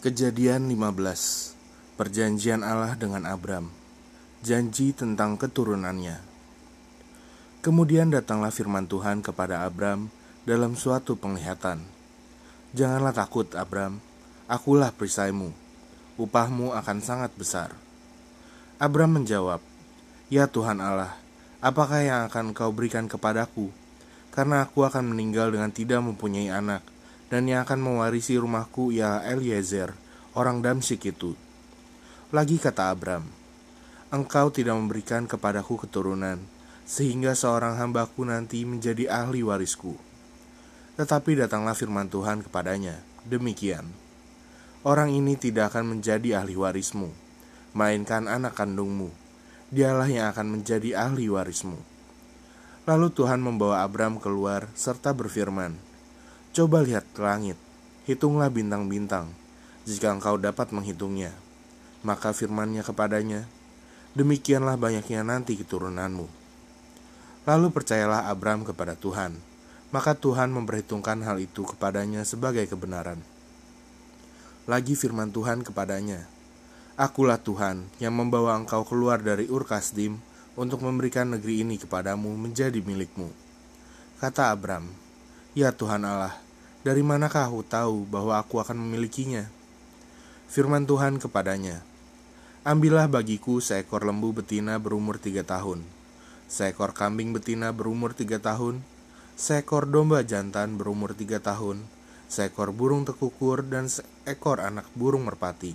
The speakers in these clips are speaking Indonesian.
Kejadian 15. Perjanjian Allah dengan Abram. Janji tentang keturunannya. Kemudian datanglah firman Tuhan kepada Abram dalam suatu penglihatan. Janganlah takut, Abram, akulah perisaimu. Upahmu akan sangat besar. Abram menjawab, Ya Tuhan Allah, apakah yang akan kau berikan kepadaku? Karena aku akan meninggal dengan tidak mempunyai anak, dan yang akan mewarisi rumahku ialah Eliezer, orang Damsyik itu. Lagi kata Abram, Engkau tidak memberikan kepadaku keturunan, sehingga seorang hambaku nanti menjadi ahli warisku. Tetapi datanglah firman Tuhan kepadanya, demikian, Orang ini tidak akan menjadi ahli warismu, melainkan anak kandungmu. Dialah yang akan menjadi ahli warismu. Lalu Tuhan membawa Abram keluar serta berfirman, Coba lihat ke langit, hitunglah bintang-bintang, jika engkau dapat menghitungnya. Maka firman-Nya kepadanya, Demikianlah banyaknya nanti keturunanmu. Lalu percayalah Abram kepada Tuhan, maka Tuhan memperhitungkan hal itu kepadanya sebagai kebenaran. Lagi firman Tuhan kepadanya, Akulah Tuhan yang membawa engkau keluar dari Ur Kasdim untuk memberikan negeri ini kepadamu menjadi milikmu. Kata Abram, Ya Tuhan Allah, dari manakah aku tahu bahwa aku akan memilikinya? Firman Tuhan kepadanya, Ambillah bagiku seekor lembu betina berumur 3 tahun, seekor kambing betina berumur 3 tahun, seekor domba jantan berumur 3 tahun, seekor burung tekukur, dan seekor anak burung merpati.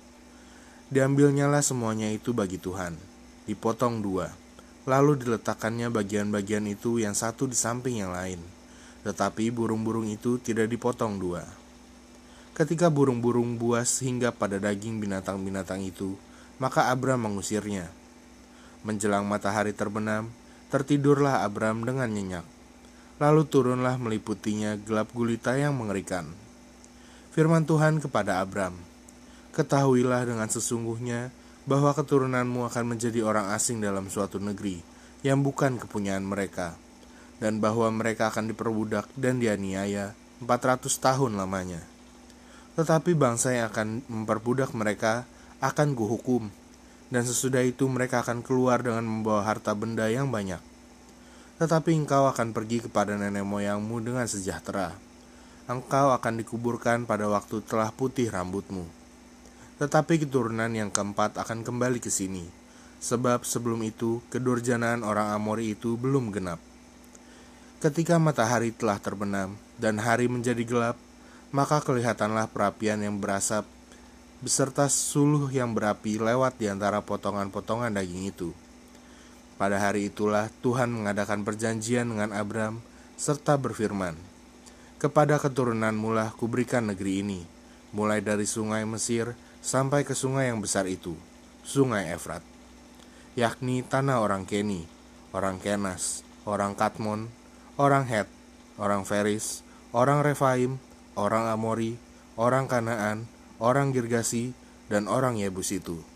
Diambilnyalah semuanya itu bagi Tuhan, dipotong 2, lalu diletakkannya bagian-bagian itu yang satu di samping yang lain. Tetapi burung-burung itu tidak dipotong 2. Ketika burung-burung buas hingga pada daging binatang-binatang itu, maka Abram mengusirnya. Menjelang matahari terbenam, tertidurlah Abram dengan nyenyak. Lalu turunlah meliputinya gelap gulita yang mengerikan. Firman Tuhan kepada Abram, Ketahuilah dengan sesungguhnya bahwa keturunanmu akan menjadi orang asing dalam suatu negeri yang bukan kepunyaan mereka, dan bahwa mereka akan diperbudak dan dianiaya 400 tahun lamanya. Tetapi bangsa yang akan memperbudak mereka akan kuhukum, dan sesudah itu mereka akan keluar dengan membawa harta benda yang banyak. Tetapi engkau akan pergi kepada nenek moyangmu dengan sejahtera. Engkau akan dikuburkan pada waktu telah putih rambutmu. Tetapi keturunan yang keempat akan kembali ke sini, sebab sebelum itu kedurjanaan orang Amori itu belum genap. Ketika matahari telah terbenam dan hari menjadi gelap, maka kelihatanlah perapian yang berasap beserta suluh yang berapi lewat di antara potongan-potongan daging itu. Pada hari itulah Tuhan mengadakan perjanjian dengan Abram serta berfirman, Kepada keturunanmu lah kuberikan negeri ini, mulai dari sungai Mesir sampai ke sungai yang besar itu, sungai Efrat, yakni tanah orang Keni, orang Kenas, orang Katmon, orang Het, orang Feris, orang Refaim, orang Amori, orang Kanaan, orang Girgasi, dan orang Yebus itu.